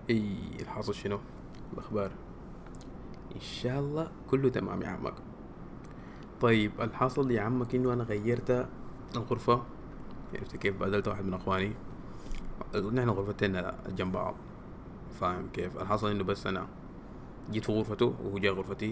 اي الحاصل شنو الاخبار؟ ان شاء الله كله تمام يا عمك. طيب الحاصل يا عمك انه انا غيرت الغرفه. عرفت كيف؟ بدلت واحد من اخواني. نحن غرفتنا جنب بعض. فاهم كيف؟ الحاصل انه بس انا جيت في غرفته وهو جاء غرفتي.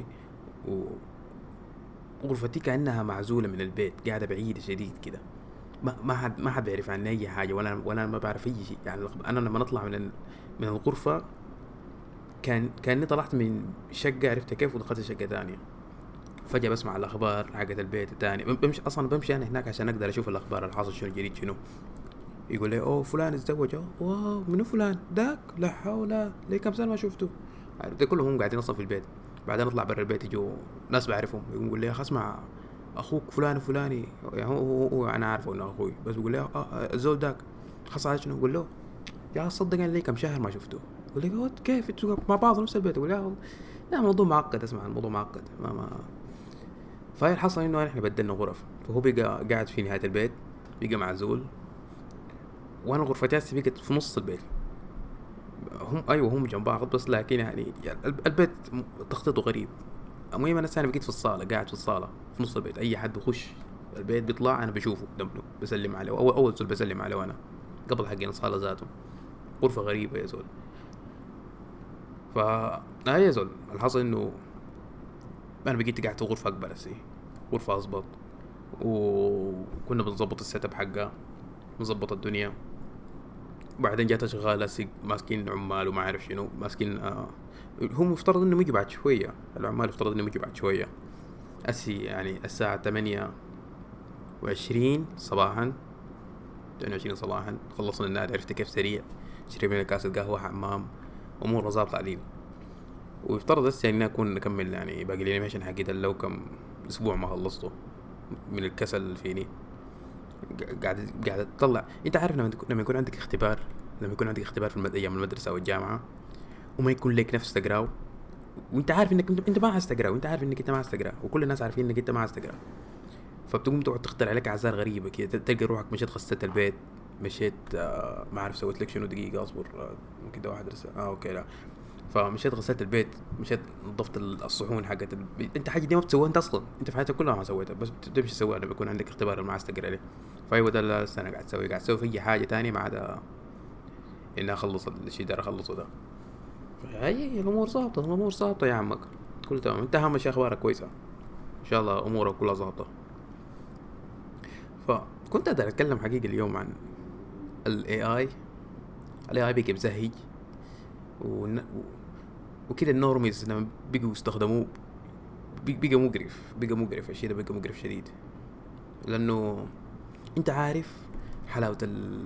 وغرفتي كانها معزوله من البيت، قاعده بعيده شديد كده. ما حد بيعرف عني اي حاجه، ولا أنا ما بعرف اي شيء. يعني انا لما نطلع من الغرفه كاني طلعت من شقه، عرفت كيف؟ ودخلت شقه ثانيه. فجأة بسمع الأخبار حقت البيت التاني. بمشي أصلا، بمشي أنا هناك عشان أقدر أشوف الأخبار الحاصل شنو الجديد شنو. يقول لي أوه فلان اتزوج. أوه واو، منو فلان داك؟ لا حول، ليه كم سنة ما شفته. عرفت كلهم قاعدين أصلا في البيت. بعدين أطلع برا البيت يجوا ناس بعرفهم يقول لي يا أخي اسمع، أخوك فلان الفلاني. يعني هو أنا عارفه إنه أخوي، بس بيقول لي الزول داك حصل على شنو. أقول له يا صدق أنا لي كم شهر ما شفته. يقول لي كيف انتوا مع بعض نفس البيت؟ أقول يا موضوع معقد. اسمع الموضوع معقد ما. فهي الحصل انه احنا بدلنا غرف، فهو بقى قاعد في نهاية البيت، بقى معزول. وانا غرفتي هسه بقت في نص البيت. هم ايوه هم جنب بعض، بس لكن يعني البيت تخطيطه غريب. المهم انا بقيت في الصالة، قاعد في الصالة في نص البيت. اي حد بيخش البيت بيطلع انا بشوفه قبله، بسلم عليه. اول زول بسلم عليه وانا قبل حقين الصالة ذاته. غرفة غريبة يا زول. يا زول الحصل انه انا بقيت قاعد في غرفة اكبر هسي، غرفة اظبط. وكنا بنظبط السيت اب حقها، نظبط الدنيا. وبعدين جات شغالة ماسكين عمال وما عارف شنو ماسكين. هم مفترض انهم يجوا بعد شوية. العمال مفترض انهم يجوا بعد شوية. يعني الساعة 8:20 صباحا. 28 صباحا خلصنا النادي. عرفت كيف؟ سريع شربنا كاسة قهوة، حمام، امورنا ظابطة علينا. ويفترض هسه يعني اكون نكمل يعني باقي الانيميشن حقي ده لو كم اسبوع ما خلصته من الكسل اللي فيني. قاعد تطلع. انت عارف لما يكون عندك اختبار، لما يكون عندك اختبار في ايام المدرسه او الجامعه، وما يكون لك نفس تقراه، وانت عارف انك انت ما عايز تقرا، وانت عارف انك انت ما عايز تقرا، وكل الناس عارفين انك انت ما عايز تقرا. فبتقوم تقعد تختار عليك اعذار غريبه كده. تلقى روحك مشيت غسلت البيت، مشيت ما عارف سويت لك شنو. دقيقه اصبر. ممكن ده واحد رسالة. اوكي لا. فمشيت غسلت البيت، مشيت نظفت الصحون حقت انت حاجه دي ما بتسويها انت اصلا، انت في حياتك كلها ما سويتها، بس بتمشي تسويها لما يكون عندك اختبار ما عايز تقرا ليه. فايوه ده اللي انا قاعد اسوي، قاعد اسوي في اي حاجه تانية ما عدا اني اخلص الشيء ده اخلصه ده. هي الامور ظابطه، الامور ظابطه يا عمك. كله تمام. انت اهم شيء اخبارك كويسه ان شاء الله، امورك كلها ظابطه. فكنت اقدر اتكلم حقيقه اليوم عن الاي اي. الاي اي بقى بزهج و... وكده. النورميز لما بقوا يستخدموه بقى مقرف الشيء ده، بقى مقرف شديد. لانه انت عارف حلاوة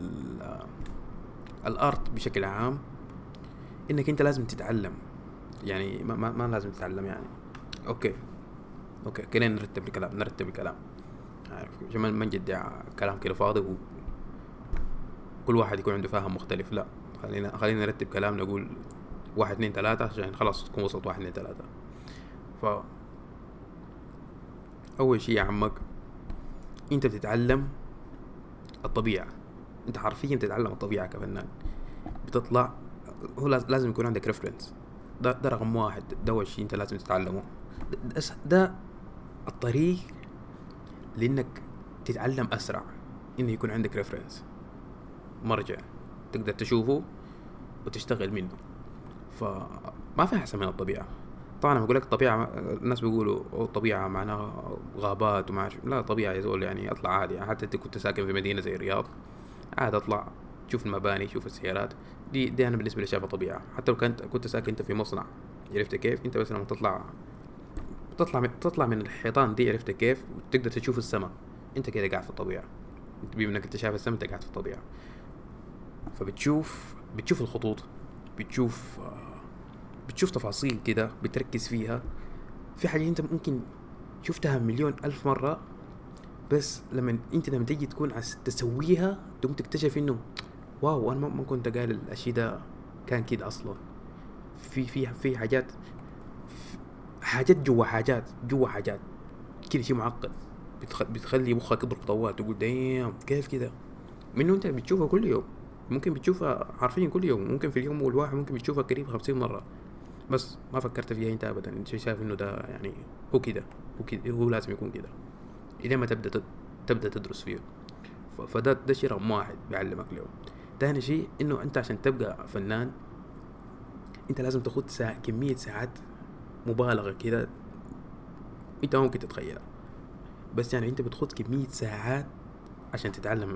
الارت بشكل عام، انك انت لازم تتعلم. يعني ما لازم تتعلم يعني. اوكي خلينا نرتب الكلام. عارف عشان ما نجد كلام كده فاضي وكل واحد يكون عنده فهم مختلف. لا، خلينا نرتب كلام. نقول 1 2 3 عشان خلاص تكون وصلت 1 2 3. اول شيء يا عمك، انت بتتعلم الطبيعة. انت حرفيا تتعلم الطبيعة كفنان. بتطلع. هو لازم يكون عندك ريفرنس. ده رقم واحد. ده اول شيء انت لازم تتعلمه. ده الطريق لانك تتعلم اسرع، انه يكون عندك ريفرنس، مرجع تقدر تشوفه وتشتغل منه. فما في احسن من الطبيعة. طبعا لما اقول لك طبيعة، الناس بيقولوا الطبيعة معناها غابات وما عارف. لا، طبيعة يزول يعني اطلع عادي. يعني حتى انت كنت ساكن في مدينة زي الرياض، عاد اطلع تشوف المباني، تشوف السيارات. دي انا بالنسبه لي شايفها طبيعه. حتى لو كنت ساكن انت في مصنع، عرفت كيف؟ انت بس لما تطلع من الحيطان دي، عرفت كيف؟ وتقدر تشوف السماء. انت كده قاعد في الطبيعه. انت بما انك انت شايف السماء، انت قاعد في الطبيعه. بتشوف الخطوط، بتشوف بتشوف تفاصيل كده بتركز فيها. في حاجه انت ممكن شفتها مليون الف مره، بس لما تيجي تكون تسويها، تقوم تكتشف انه واو، انا ما كنت قال الاشي ده كان كده اصلا. في حاجات جوا حاجات كده. شيء معقد بتخلي مخك يضرب طوال. تقول دايم كيف كده، منه انت بتشوفه كل يوم. ممكن بتشوفها حرفيا كل يوم، ممكن في اليوم الواحد ممكن بتشوفها قريب 50 مرة، بس ما فكرت فيها انت ابدا. انت شايف انه ده يعني هو كده، هو كده، هو لازم يكون كده الى ما تبدا تدرس فيه. فده شيء رقم واحد بيعلمك له. تاني شيء انه انت عشان تبقى فنان انت لازم تاخد كمية ساعات مبالغة كده انت ممكن تتخيلها. بس يعني انت بتاخد كمية ساعات عشان تتعلم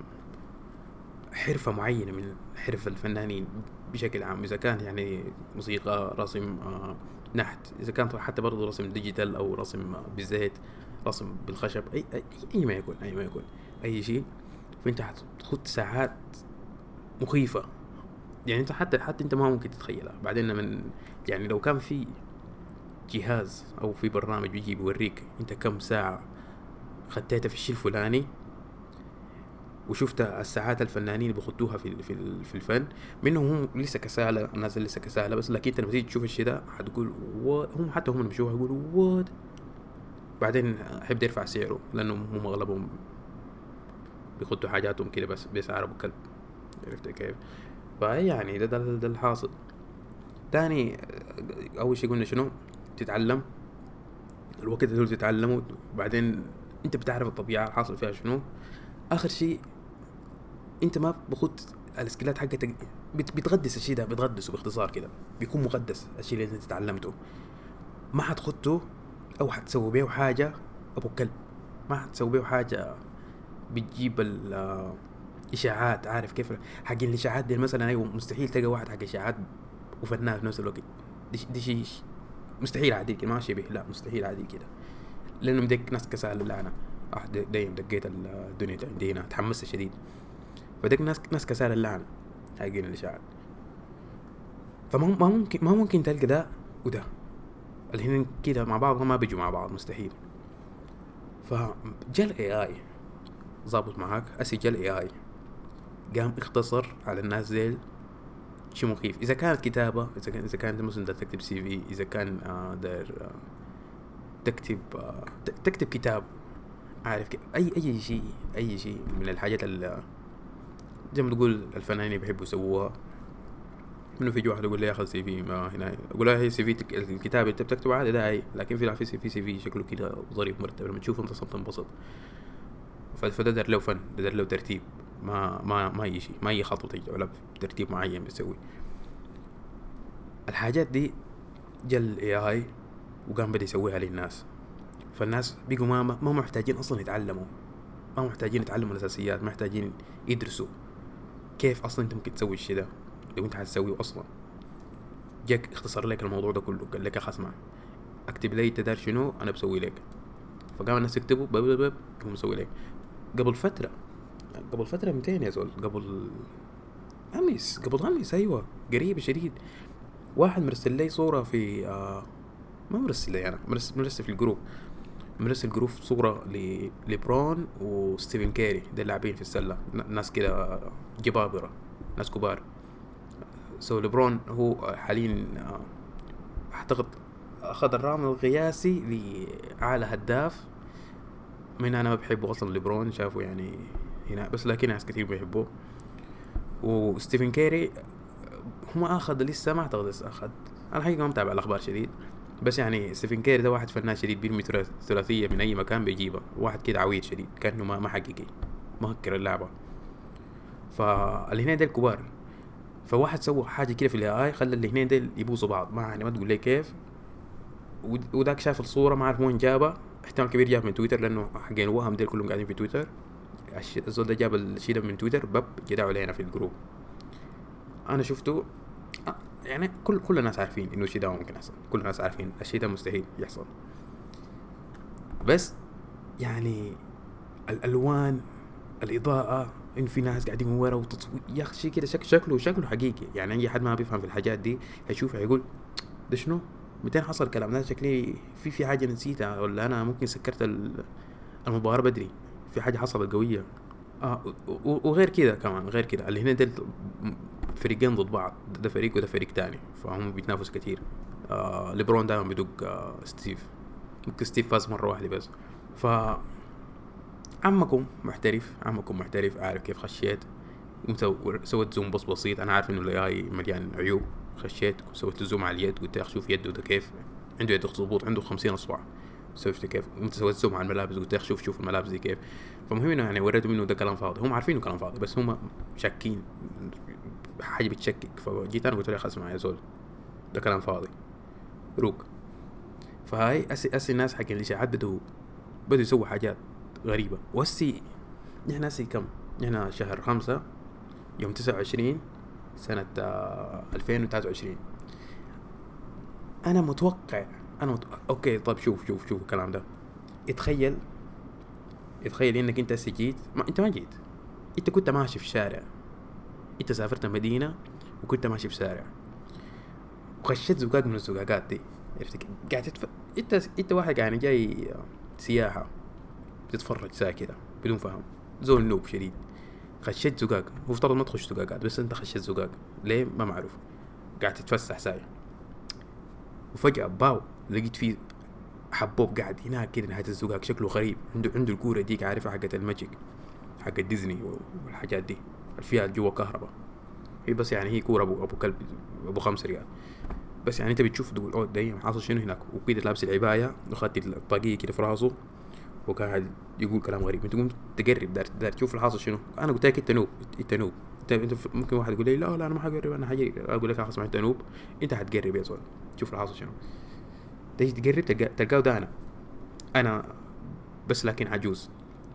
حرفة معينة من حرف الفنانين بشكل عام، إذا كان يعني موسيقى، رسم، نحت، إذا كان حتى برضو رسم ديجيتال أو رسم بالزيت، رسم بالخشب، أي ما يكون، أي ما يكون أي شيء. فأنت هتاخد ساعات مخيفة، يعني أنت حتى أنت ما ممكن تتخيلها. بعدين من يعني لو كان في جهاز أو في برنامج بيجي بيوريك أنت كم ساعة خدتها في الشيء الفلاني، وشفت الساعات الفنانين اللي بيخطوها في الفن، منهم هم لسه كسالة، الناس اللي لسه كسالة بس، لكن انت لما تيجي تشوف الشيء ده حتقول هم حتى هم لما بيشوفوها يقولوا وات. بعدين حيبدا يرفع سعره لانه هم اغلبهم بيخطوا حاجاتهم كده بس بيسعر ابو كلب، عرفت كيف؟ فهي يعني ده الحاصل. تاني اول شيء قلنا شنو؟ تتعلم الوقت اللي تتعلمه، وبعدين انت بتعرف الطبيعة الحاصل فيها شنو. اخر شيء انت ما بخد السكيلات حقتك، بتقدس الشيء ده، بتقدسه باختصار كده، بيكون مقدس الشيء اللي انت تعلمته. ما حتخده او حتسوي بيه حاجه ابو كلب، ما حتسوي بيه حاجه بتجيب الاشاعات. عارف كيف حق الاشاعات دي مثلا؟ ايوه مستحيل تلقى واحد حق اشاعات وفنان في نفس الوقت. دي شيء مستحيل عادي كده، ماشي به، لا مستحيل عادي كده، لانه مدك ناس كسال اللعنه. دايم دقيت الدنيا عندي هنا، تحمست شديد. فديك ناس كسال اللعنه حاقين الاشاعات. ما ممكن تلقى ده وده الهنين كده مع بعض، ما بيجوا مع بعض، مستحيل. فجاء الاي اي ظابط معاك، جاء الاي اي قام اختصر على الناس ديل شي مخيف. اذا كانت كتابه، اذا كانت مثلا تكتب سي في، اذا كان داير تكتب كتاب، عارف كيف؟ اي شيء من الحاجات اللي زي ما تقول الفنانين بيحبوا يسووها. انه في واحد يقول لي اخذ سي في ما هنا، اقول له هي سي في الكتاب اللي انت بتكتبه عادي ده، لكن في سي في شكله كده ظريف مرتب، لما تشوفه انت تنبسط. فده دار له فن، ده دار له ترتيب، ما اي شيء، ما اي خطوه تجي ولا ترتيب معين بيسوي الحاجات دي. جا الاي اي وقام بدا يسويها للناس، فالناس بيقوا ما محتاجين اصلا يتعلموا، ما محتاجين يتعلموا الاساسيات، ما محتاجين يدرسوا كيف اصلا انت ممكن تسوي الشيء ده لو انت هتسويه اصلا. جاك اختصر لك الموضوع ده كله، قال لك اسمع اكتب لي تدار شنو انا بسوي لك. فقام الناس يكتبوا هو مسوي لك. قبل فتره 200 يا زول، قبل امس ايوه قريب شديد، واحد مرسل لي صوره في ما مرسل لي انا، مرسل في الجروب، مرسل جروب صوره لبرون وستيفن كيري، ده اللاعبين في السله، ناس كده جبابره، ناس كبار. لبرون هو حاليا اعتقد اخذ الرقم القياسي لاعلى هداف. من انا ما بحبه اصلا لبرون، شافه يعني هنا بس، لكن ناس كثير بيحبوه. وستيفن كيري هم اخذ لسه، ما اعتقد لسه اخذ، انا الحقيقه ما متابع الاخبار شديد، بس يعني ستيفن كيري ده واحد فنان شديد، بيرمي ثلاثيه من اي مكان بيجيبها، واحد كده عويد شديد كانه ما حقيقي، مهكر اللعبه. فالاثنين دول كبار، فواحد سوى حاجه كده في الاي اي خلى الاثنين دول يبوسوا بعض، ما يعني ما تقول لي كيف. وداك شاف الصوره ما عارف وين جابها، احتمال كبير جاب من تويتر، لانه حقين وهم ديل كلهم قاعدين في تويتر. الزول ده جاب الشيء ده من تويتر، جدعوا علينا في الجروب، انا شفته. يعني كل الناس عارفين انه الشيء ده ممكن يحصل، كل الناس عارفين الشيء ده مستحيل يحصل، بس يعني الالوان، الاضاءه، ان في ناس قاعدين من ورا وتصوير، يا اخي شيء كده شكله حقيقي. يعني اي حد ما بيفهم في الحاجات دي هيشوف هيقول ده شنو، 200 حصل كلام ده، شكلي في حاجه نسيتها، ولا انا ممكن سكرت المباراه بدري، في حاجه حصلت قويه. وغير كده كمان، غير كده اللي هنا ده فريقين ضد بعض، ده فريق وده فريق تاني، فهم بيتنافسوا كتير. ليبرون دائما بيدق ستيف، ممكن ستيف فاز مره واحده بس. ف عمكم محترف عارف كيف خشيت سويت زوم بسيط. انا عارف انه الاي مليان عيوب، خشيت وسويت الزوم على اليد، قلت يا اخي شوف يده ده كيف، عنده يد اخطبوط، عنده 50 اصبع، شفت كيف. قمت سويت زوم على الملابس، قلت يا اخي شوف الملابس دي كيف. فمهم انه يعني وريته منه ده كلام فاضي، هم عارفين انه كلام فاضي بس هم شاكين، حاجه بتشكك. فجيت انا قلت له يا اخي اسمع يا زول، ده كلام فاضي روق. فهاي اسي الناس حق الاشاعات بدوا يسووا حاجات غريبه. واسي نحن هسي كم، نحن شهر 5 يوم 29 سنة 2023. أنا متوقع أوكي طب شوف الكلام ده. اتخيل إنك أنت جيت، أنت ما جيت، أنت كنت ماشي في الشارع، أنت سافرت مدينة وكنت ماشي في شارع وخشيت زقاق من الزقاقات دي، عرفت قاعد أنت واحد يعني جاي سياحة بتتفرج ساكرة بدون فهم، زول نوب شديد، خشيت زقاق. هو افترض ما تخش زقاقات بس انت خشيت زقاق ليه ما معروف، قاعد تتفسح ساي، وفجأة باو لقيت فيه حبوب قاعد هناك كده نهاية الزقاق، شكله غريب، عنده الكورة ديك عارفها حقت الماجيك حق ديزني والحاجات دي فيها جوا كهرباء، هي بس يعني هي كورة ابو كلب ابو 5 ريال بس. يعني انت بتشوف تقول اوه ده حاصل شنو هناك، وكده لابس العباية وخدت الطاقية كده في راسه وقاعد يقول كلام غريب. انت تقوم تقرب دار تشوف الحاصل شنو. انا قلت لك انت نوب، انت ممكن واحد يقول لي لا انا ما حقرب، انا حاجي اقول لك اسمع انت نوب، انت حتقرب يا زول تشوف الحاصل شنو. تيجي تقرب تلقاه ده انا بس لكن عجوز.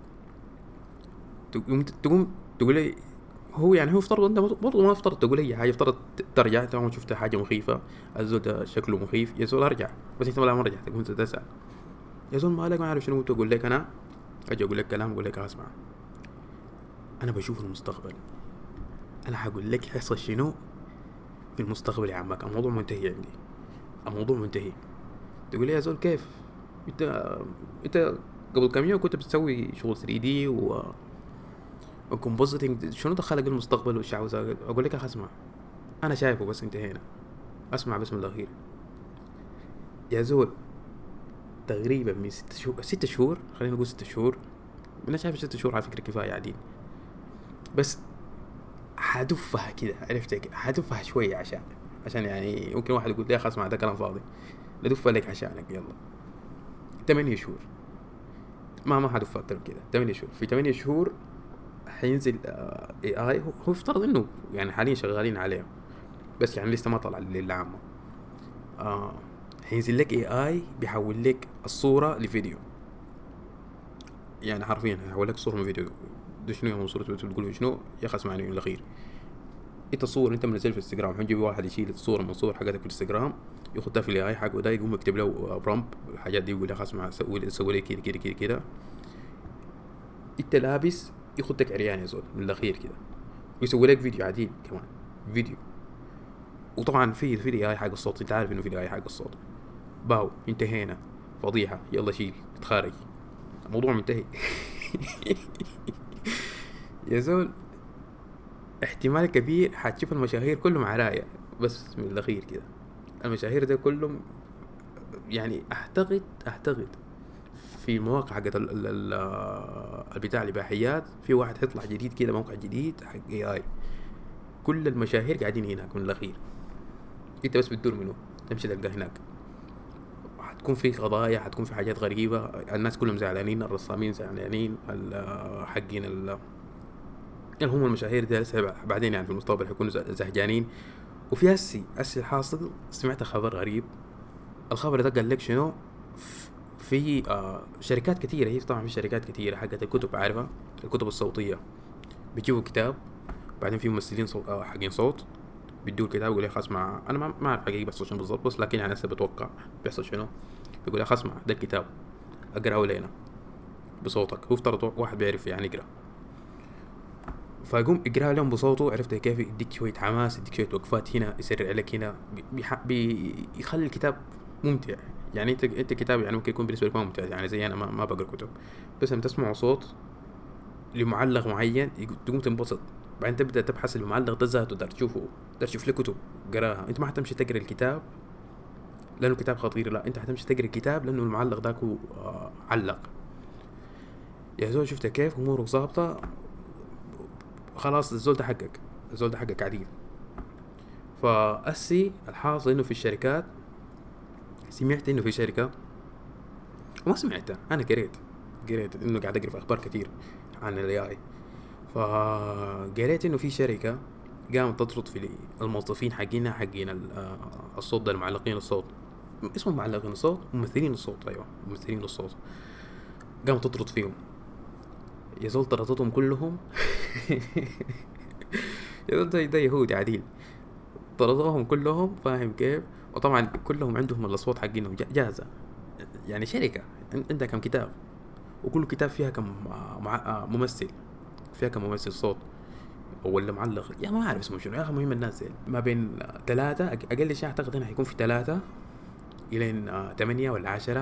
تقوم تقول لي هو يعني هو افترض انت برضه ما افترض تقول لي حاجه، افترض ترجع تمام شفت حاجه مخيفه، الزول ده شكله مخيف يا زول ارجع، بس انت ما رجعت تقوم تسال يا زول مالك ما اعرف شنو، تقول لك انا اجي اقول لك كلام، اقول لك اسمع انا بشوف المستقبل، انا حقول لك حصل شنو في المستقبل يا عمك، الموضوع منتهي عندي، الموضوع منتهي. تقول لي يا زول كيف انت قبل كم يوم كنت بتسوي شغل 3D وكومبوزيتنج، شنو دخلك المستقبل والشعوذه؟ اقول لك اسمع انا شايفه بس انتهينا، اسمع بس من الاخير يا زول. تقريبا من 6 شهور خلينا نقول 6 شهور، انا شايف 6 شهور على فكره كفايه عادين، بس حدفها كده عرفت، حدفها شويه عشان يعني ممكن واحد يقول لي يا اخي اسمع ده كلام فاضي، ندفها لك عشانك يلا. 8 شهور ما حدفها اكتر من كده. 8 شهور، في 8 شهور حينزل AI، هو يفترض انه يعني حاليا شغالين عليه بس يعني لسه ما طلع للعامة. حينزل لك AI بيحول لك الصورة لفيديو، يعني حرفيا هيحول لك صورة من فيديو. ده شنو يعني صورة تقول شنو يا اخي اسمعني من الاخير، انت صور انت منزل في انستغرام، حنجي واحد يشيل الصورة من صور حقتك في انستغرام ياخدها في الاي حقه ده، يقوم يكتب له برومب الحاجات دي، يقول لك اسمع سوي لي كده كده كده كده، انت لابس ياخدك عريان يا زول من الاخير كده، ويسوي لك فيديو عديل كمان فيديو. وطبعا في الاي حق الصوت، انت عارف انه في الاي حق الصوت. باو انتهينا، فضيحة يلا شيل تخارج، الموضوع منتهي. يا زول احتمال كبير حتشوف المشاهير كلهم عرايا بس من الاخير كده، المشاهير ده كلهم يعني اعتقد في مواقع حقت البتاع الاباحيات، في واحد هيطلع جديد كده، موقع جديد حق AI، كل المشاهير قاعدين هناك من الاخير، انت بس بتدور منه تمشي تلقاه هناك. حتكون في قضايا، حتكون في حاجات غريبة، الناس كلهم زعلانين، الرسامين زعلانين، حقين اللي هم المشاهير دي لسه بعدين يعني في المستقبل حيكونوا زهجانين. وفي هسي حاصل، سمعت خبر غريب، الخبر ده قال لك شنو، في شركات كثيرة، هي طبعا في شركات كثيرة حقت الكتب، عارفة الكتب الصوتية، بيجيبوا كتاب بعدين في ممثلين حقين صوت بيدوا الكتاب، يقول لي خلاص اسمع، انا ما اعرف حقيقي بس شنو بالضبط، بس لكن يعني هسه بتوقع بيحصل شنو، يقول لي خلاص اسمع ده الكتاب اقراه لنا بصوتك. هو افترض واحد بيعرف يعني يقرا، فيقوم يقرا لهم بصوته، عرفت كيف، يديك شويه حماس، يديك شويه وقفات هنا، يسرع عليك هنا، بيخلي الكتاب ممتع. يعني انت كتاب يعني ممكن يكون بالنسبه لك ممتع، يعني زي انا ما بقرا كتب، بس لما تسمع صوت لمعلق معين تقوم تنبسط، بعدين تبدا تبحث المعلق ده ذاته، دار تشوف له كتب قراها. انت ما حتمشي تقرا الكتاب لانه كتاب خطير، لا انت حتمشي تقرا الكتاب لانه المعلق ذاك علق. يا زول شفت كيف اموره ظابطه، خلاص الزول ده حقك، الزول ده حقك عديل. فأسي الحاصل انه في الشركات، سمعت انه في شركة، وما سمعتها، انا قريت انه قاعد اقرا في اخبار كتير عن الاي اي. فقريت انه في شركة قامت تطرد في الموظفين حقين الصوت ده، المعلقين الصوت، اسمهم معلقين الصوت، ممثلين الصوت، ايوه ممثلين الصوت، قامت تطرد فيهم. يا زول طردتهم كلهم. يا زول ده يهودي عديل، طردوهم كلهم، فاهم كيف؟ وطبعا كلهم عندهم الاصوات حقينهم جاهزة، يعني شركة عندها كم كتاب، وكل كتاب فيها كم ممثل، فيها كم ممثل صوت ولا معلق، يا ما اعرف اسمه شنو يا اخي. مهم الناس زي ما بين 3، اقل شيء اعتقد هنا حيكون في 3 الى 8 ولا 10،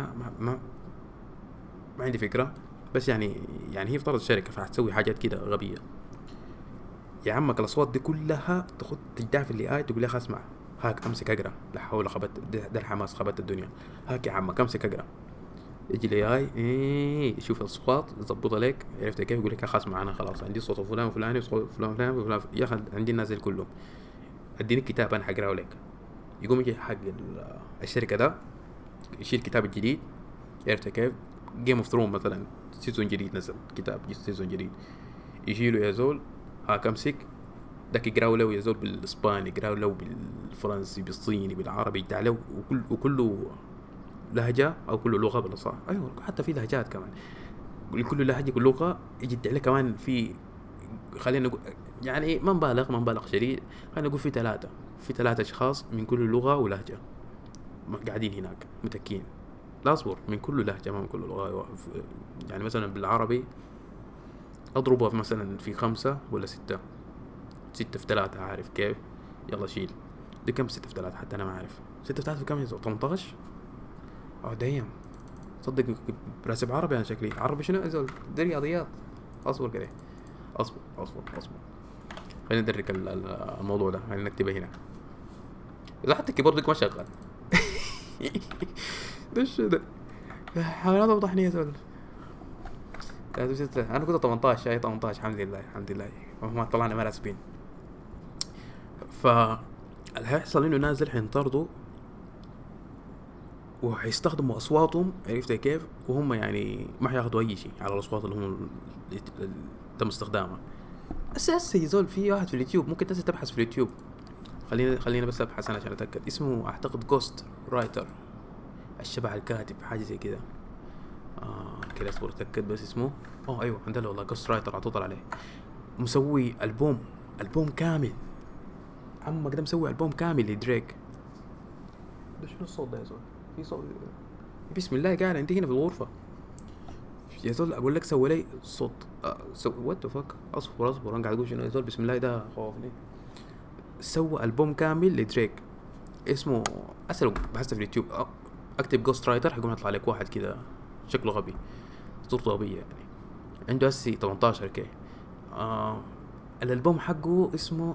ما عندي فكرة. بس يعني هي افترضت شركة فهتسوي حاجات كده غبية. يا عمك الاصوات دي كلها تاخد تجدع في الاي تقول لي اسمع، هاك امسك اقرا، لا حول خبت ده الحماس خبت الدنيا. هاك يا عمك امسك اقرا، يجي الاي يشوف الاصوات يظبطها لك، عرفت كيف؟ يقول لك يا اسمع انا خلاص عندي صوت فلان وفلان وصوت فلان وفلان يا اخي عندي الناس كلهم، اديني الكتاب انا حقراه لك. يقوم يجي حق الشركه ده يشيل الكتاب الجديد، عرفت كيف؟ جيم اوف ثرون مثلا سيزون جديد نزل كتاب سيزون جديد، يشيله يا زول، هاك امسك داك يقراو له يا زول بالاسباني، يقراو له بالفرنسي بالصيني بالعربي، يدع له وكله لهجة او كل لغة بالاصح، ايوه حتى في لهجات كمان، كل لهجة كل لغة يجي يدع له كمان في، خلينا نقول يعني ما نبالغ شديد، خلينا نقول في 3 اشخاص من كل لغة ولهجة قاعدين هناك متكين. لا اصبر، من كل لهجة ما من كل لغة. يعني مثلا بالعربي اضربه مثلا في 5 ولا 6 في 3، عارف كيف؟ يلا شيل دي كم 6 في 3 حتى انا ما اعرف 6 في 3 في كم؟ 18. دايم صدق براسب عربي، انا شكلي عربي شنو يا زول؟ دي رياضيات. اصبر كده، اصبر خلينا ندرك الموضوع ده، خلينا نكتبه هنا اذا حتى الكيبورد ما شغال. دش ده حاول اوضحني يا زول. انا كنت 18 شاي 18 الحمد لله ما طلعنا ما راسبين. اللي هيحصل انه نازل حينطردوا وهيستخدموا اصواتهم، عرفت كيف؟ وهم يعني ما حياخدوا اي شيء على الاصوات اللي هم تم استخدامها. اساسا يزول في واحد في اليوتيوب، ممكن تبحث في اليوتيوب، خلينا بس ابحث انا عشان اتاكد. اسمه اعتقد جوست رايتر، الشبح الكاتب، حاجه زي كده. كده اصبر اتاكد بس اسمه. ايوه عندنا والله جوست رايتر، عطوطل عليه. مسوي البوم كامل، عمك ده مسوي البوم كامل لدريك. ده شنو الصوت ده يا زول؟ في صوت بسم الله قاعد عندي هنا في الغرفه يا زول، اقول لك سوي لي صوت وات ذا فك. اصبر انا قاعد اقول شنو يا زول؟ بسم الله ده خوفني. سوى البوم كامل لدريك، اسمه اسلم بحثت في اليوتيوب، اكتب جوست رايتر حيقوم يطلع لك واحد كده شكله غبي، صورته غبيه يعني، عنده 18 كي. الالبوم حقه اسمه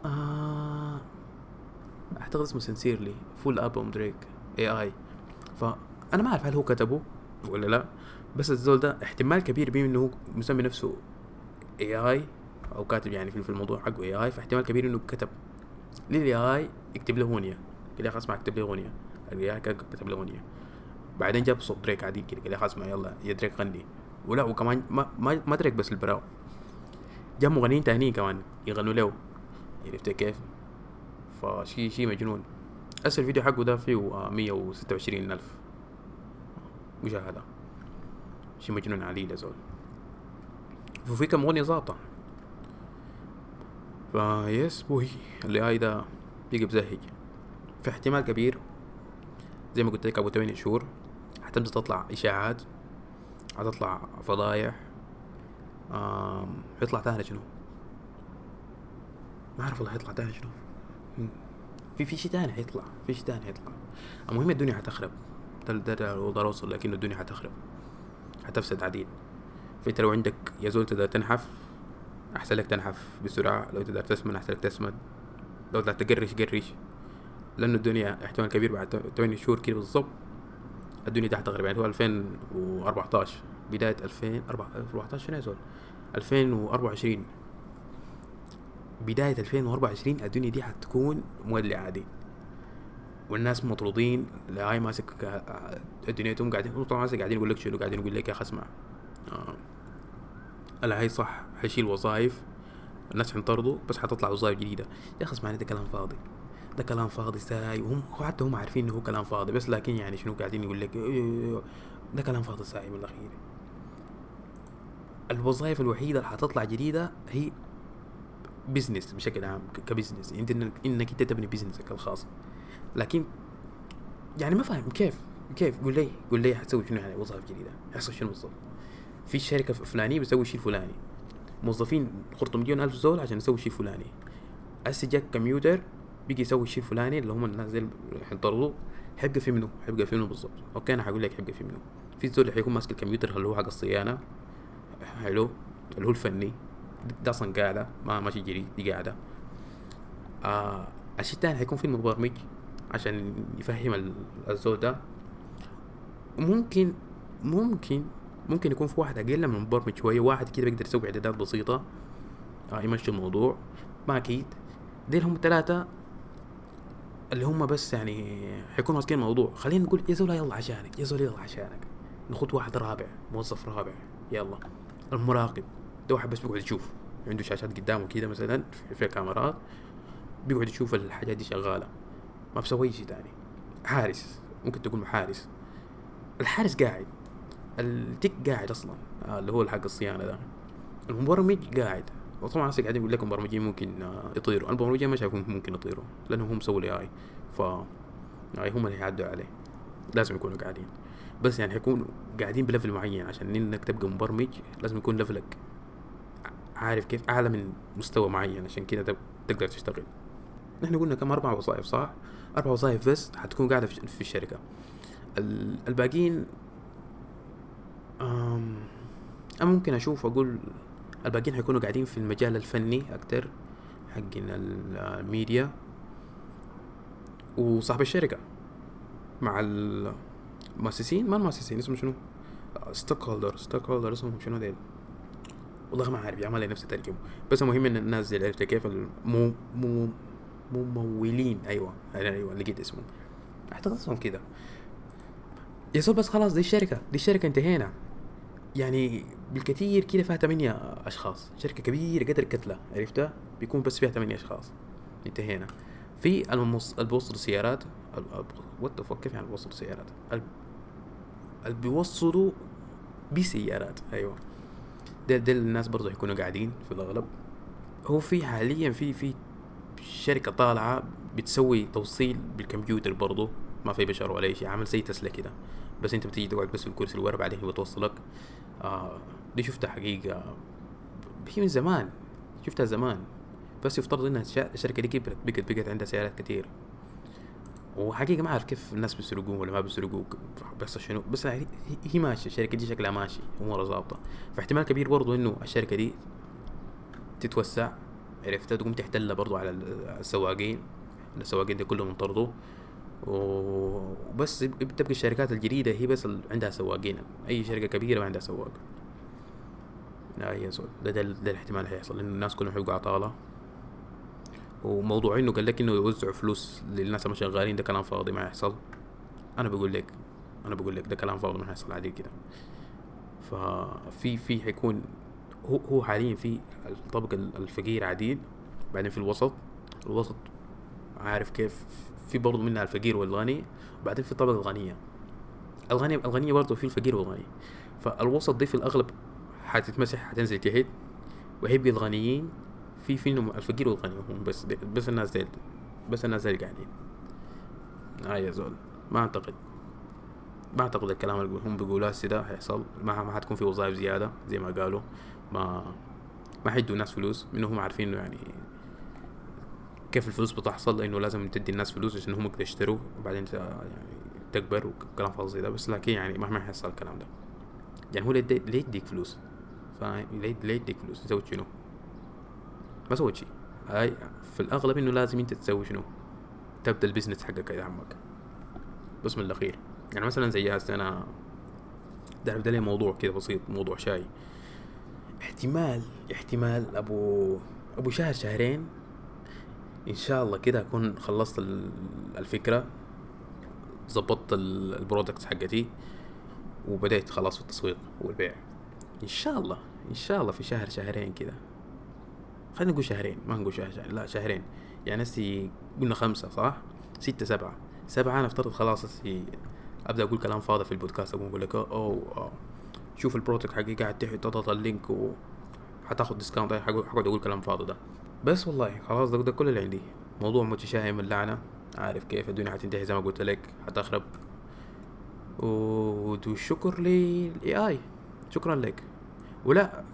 اعتقد اسمه سنسيرلي فول البوم دريك اي. فانا ما اعرف هل هو كتبه ولا لا، بس الزول ده احتمال كبير بيه انه هو مسمي نفسه اي او كاتب يعني في الموضوع حقه اي، فاحتمال كبير انه كتب للاي يكتب له اغنيه كده، خلاص ما كتب له اغنيه، الاي كتب له اغنيه، بعدين جاب صوت دريك عادي كده خلاص ما يلا يا دريك غني. ولا وكمان ما دريك بس البراو، جاب مغنيين تانيين كمان يغنوا له، عرفت كيف؟ فشي مجنون. أسر الفيديو حقه ده فيه 126,000 مشاهدة، شي مجنون عليه لزول. وفي كم أغنية ظابطة. فيس بوي اللي هاي ده بيجي بزهج. في احتمال كبير زي ما قلت لك ابو 8 شهور حتبدأ تطلع اشاعات، هتطلع فضايح. هيطلع تاني شنو ما اعرف والله، هيطلع تاني شنو. في شيء تاني هيطلع، المهم الدنيا هتخرب. ده وضع اوصل، لكن الدنيا هتخرب، هتفسد عديد. فانت لو عندك يا زول تقدر تنحف، احسن لك تنحف بسرعه. لو تقدر تسمن احسن لك تسمن. لو تقدر تقرش، لانه الدنيا احتمال كبير بعد 8 شهور كده بالضبط الدنيا دي هتخرب. يعني هو 2014 بدايه 2014 شنو يا زول 2024 بداية 2024 الدنيا دي حتكون مولعة عادي، والناس مطرودين، لا هاي ماسك دنيتهم قاعدين طبعا قاعدين يقول لك شنو، قاعدين يقول لك يا اخي اسمع لا هاي صح حيشيل وظائف، الناس حينطردوا بس حتطلع وظائف جديدة. يا اخي اسمعني، ده كلام فاضي، ده كلام فاضي ساي، وهم حتى هم عارفين انه هو كلام فاضي، بس لكن يعني شنو قاعدين يقول لك ده كلام فاضي ساي. من الاخير الوظائف الوحيدة اللي حتطلع جديدة هي بيزنس بشكل عام، كبزنس انك انت تبني بيزنسك الخاص. لكن يعني ما فاهم كيف قول لي حتسوي شنو يعني وظائف جديدة، يحصل شنو بالضبط؟ في الشركة فلانية بيسوي شيء فلاني، موظفين خرطوا 200,000 زول عشان يسوي شيء فلاني، هسه جاك كمبيوتر بيجي يسوي الشيء الفلاني اللي هم الناس اللي حينطردوا. حيبقى في منه بالضبط؟ اوكي انا حقول لك حيبقى في منه. في زول اللي حيكون ماسك الكمبيوتر اللي هو حق الصيانة، حلو، اللي هو الفني، ده اصلا قاعدة ما ماشي جري، دي قاعدة. الشيء الثاني حيكون في المبرمج عشان يفهم الزول ده. ممكن يكون في واحد اقل من المبرمج شويه، واحد كده بيقدر يسوي اعدادات بسيطه يمشي الموضوع، ما اكيد. ديل هم 3 اللي هم بس يعني حيكونوا ماسكين الموضوع. خلينا نقول يا زول يلا عشانك ناخذ واحد رابع، موظف رابع، يلا. المراقب ده واحد بس بيقعد يشوف، عنده شاشات قدامه كده مثلا في كاميرات، بيقعد يشوف الحاجات دي شغاله، ما بسوي شيء تاني. حارس، ممكن تقول محارس، الحارس قاعد، التك قاعد اصلا اللي هو الحق الصيانه ده. المبرمج قاعد، وطبعا هسه قاعدين يقول لكم مبرمجين ممكن يطيروا، المبرمجين ما شايفهم ممكن يطيروا لانه هم مسوي الاي، ف هم اللي هيعدوا عليه، لازم يكونوا قاعدين. بس يعني حيكونوا قاعدين بليفل معين، عشان انك تبقى مبرمج لازم يكون ليفلك عارف كيف اعلى من مستوى معين، عشان كده تقدر تشتغل. نحن قلنا كم 4 وظائف صح؟ 4 وظائف بس حتكون قاعدة في الشركة. الباقيين أنا ممكن أشوف أقول الباقيين حيكونوا قاعدين في المجال الفني أكتر، حقنا الميديا وصاحب الشركة مع المؤسسين، ما المؤسسين اسمه شنو، ستوك هولدر اسمهم شنو ديل، والله ما عارف يعمل لي نفسي ترجمه. بس المهم ان الناس زي عرفت كيف ممولين. ايوه لقيت اسمه، اعتقد اسمهم كده يا زول. بس خلاص دي الشركة انتهينا، يعني بالكثير كده فيها 8 اشخاص، شركة كبيرة قدر كتلة عرفتها، بيكون بس فيها 8 اشخاص، انتهينا. في البوصل السيارات، كيف يعني بوصل سيارات، بيوصلوا بسيارات، ايوه دل الناس برضو يكونوا قاعدين في الاغلب. هو في حاليا في شركة طالعة بتسوي توصيل بالكمبيوتر برضو، ما في بشر ولا شيء، عامل زي تسلا كده، بس انت بتيجي تقعد بس في الكرسي اللي ورا، بعدين هو بتوصلك. دي شفتها حقيقة، هي من زمان، شفتها زمان. بس يفترض انها الشركة دي كبرت، بقت عندها سيارات كتير، وحقيقة ما أعرف كيف الناس بيسرقوه ولا ما بيسرقوه، بس شنو، بس هي ماشية، الشركة دي شكلها ماشي، أمورها ظابطة. فاحتمال كبير برضو إنه الشركة دي تتوسع، عرفت، تقوم تحتل برضو على السواقين دي كلهم انطردوا، وبس بتبقى الشركات الجديدة هي بس عندها سواقين. أي شركة كبيرة ما عندها سواق، لا هي سؤال ده الاحتمال هيحصل، إنه الناس كلهم حيبقوا عطالة. وموضوع انه قال لك انه يوزعوا فلوس للناس اللي شغالين، ده كلام فاضي ما يحصل. انا بقول لك ده كلام فاضي ما يحصل عادي كده. ففي حيكون هو حاليا في الطبقة الفقير عديد، بعدين في الوسط عارف كيف، في برضو منها الفقير والغني، وبعدين في الطبقة الغنية برضو في الفقير والغني. فالوسط دي في الاغلب حتتمسح، حتنزل تحت، وهيبقى الغنيين فيهم الفقير والغني هم بس الناس ديل، قاعدين. يا زول ما اعتقد الكلام اللي هم بيقولوه هسه ده هيحصل. ما حتكون في وظائف زياده زي ما قالوا، ما حيدوا الناس فلوس، منهم عارفين انه يعني كيف الفلوس بتحصل، لانه لازم تدي الناس فلوس عشان هم يقدروا يشتروا، وبعدين يعني تكبر وكلام فاضي ده. بس لكن يعني ما يحصل الكلام ده، يعني هو ليه يديك فلوس؟ فاهم؟ ليه يديك فلوس؟ تسوي شنو؟ ما سويت شيء. هاي في الاغلب انه لازم انت تسوي شنو، تبدا البيزنس حقك يا عمك. بس من الاخير يعني مثلا زي هسه انا ده لي موضوع كده بسيط، موضوع شاي. احتمال ابو ابو شهر شهرين ان شاء الله كده اكون خلصت الفكره، ظبطت البرودكتس حقتي، وبدأت خلاص في التسويق والبيع. ان شاء الله ان شاء الله في شهر شهرين كده، خلينا نقول شهرين، ما نقول شهر لا شهرين. يعني هسي قلنا 5 صح، 6 7 انا افترض خلاص هسي ابدا اقول كلام فاضي في البودكاست، اقول لك شوف البروجكت حقي قاعد تحت، تضغط اللينك وحتاخد ديسكاونت. حقعد اقول كلام فاضي ده بس. والله خلاص ده كل اللي عندي. موضوع متشائم اللعنة، عارف كيف الدنيا حتنتهي زي ما قلت لك، حتخرب. والشكر للاي اي، شكرا لك. ولا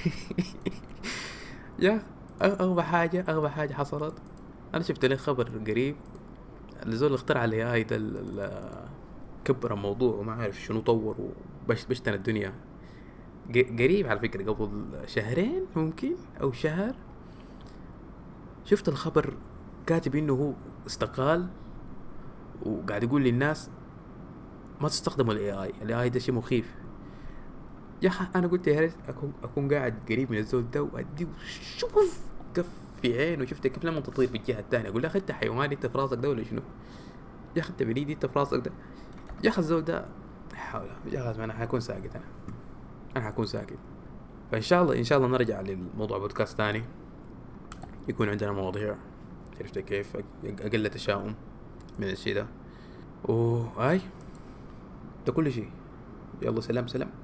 يا اغبى حاجه حصلت، انا شفت لك خبر قريب، الزول اللي اخترع الاي اي ده كبر الموضوع وما عارف شنو طور وبشتن الدنيا. قريب على فكره، قبل شهرين ممكن او شهر، شفت الخبر كاتب انه هو استقال، وقاعد يقول للناس ما تستخدموا الاي اي ده شيء مخيف. يا اخي انا قلت يا ريت اكون قاعد قريب من الزول ده وادي شوف كف في عينه، وشفت كيف لما تطير في الجهه الثانيه اقول له اخي انت حيوان، انت في راسك ده ولا شنو؟ يا اخي انت بنيدي، انت في راسك ده. يا اخي الزول ده حول. يا اخي انا حكون ساكت، انا حكون ساكت. فان شاء الله ان شاء الله نرجع للموضوع بودكاست ثاني، يكون عندنا مواضيع، عرفت كيف، اقل تشاؤم من الشيء ده. وهاي ده كل شيء. يلا سلام سلام.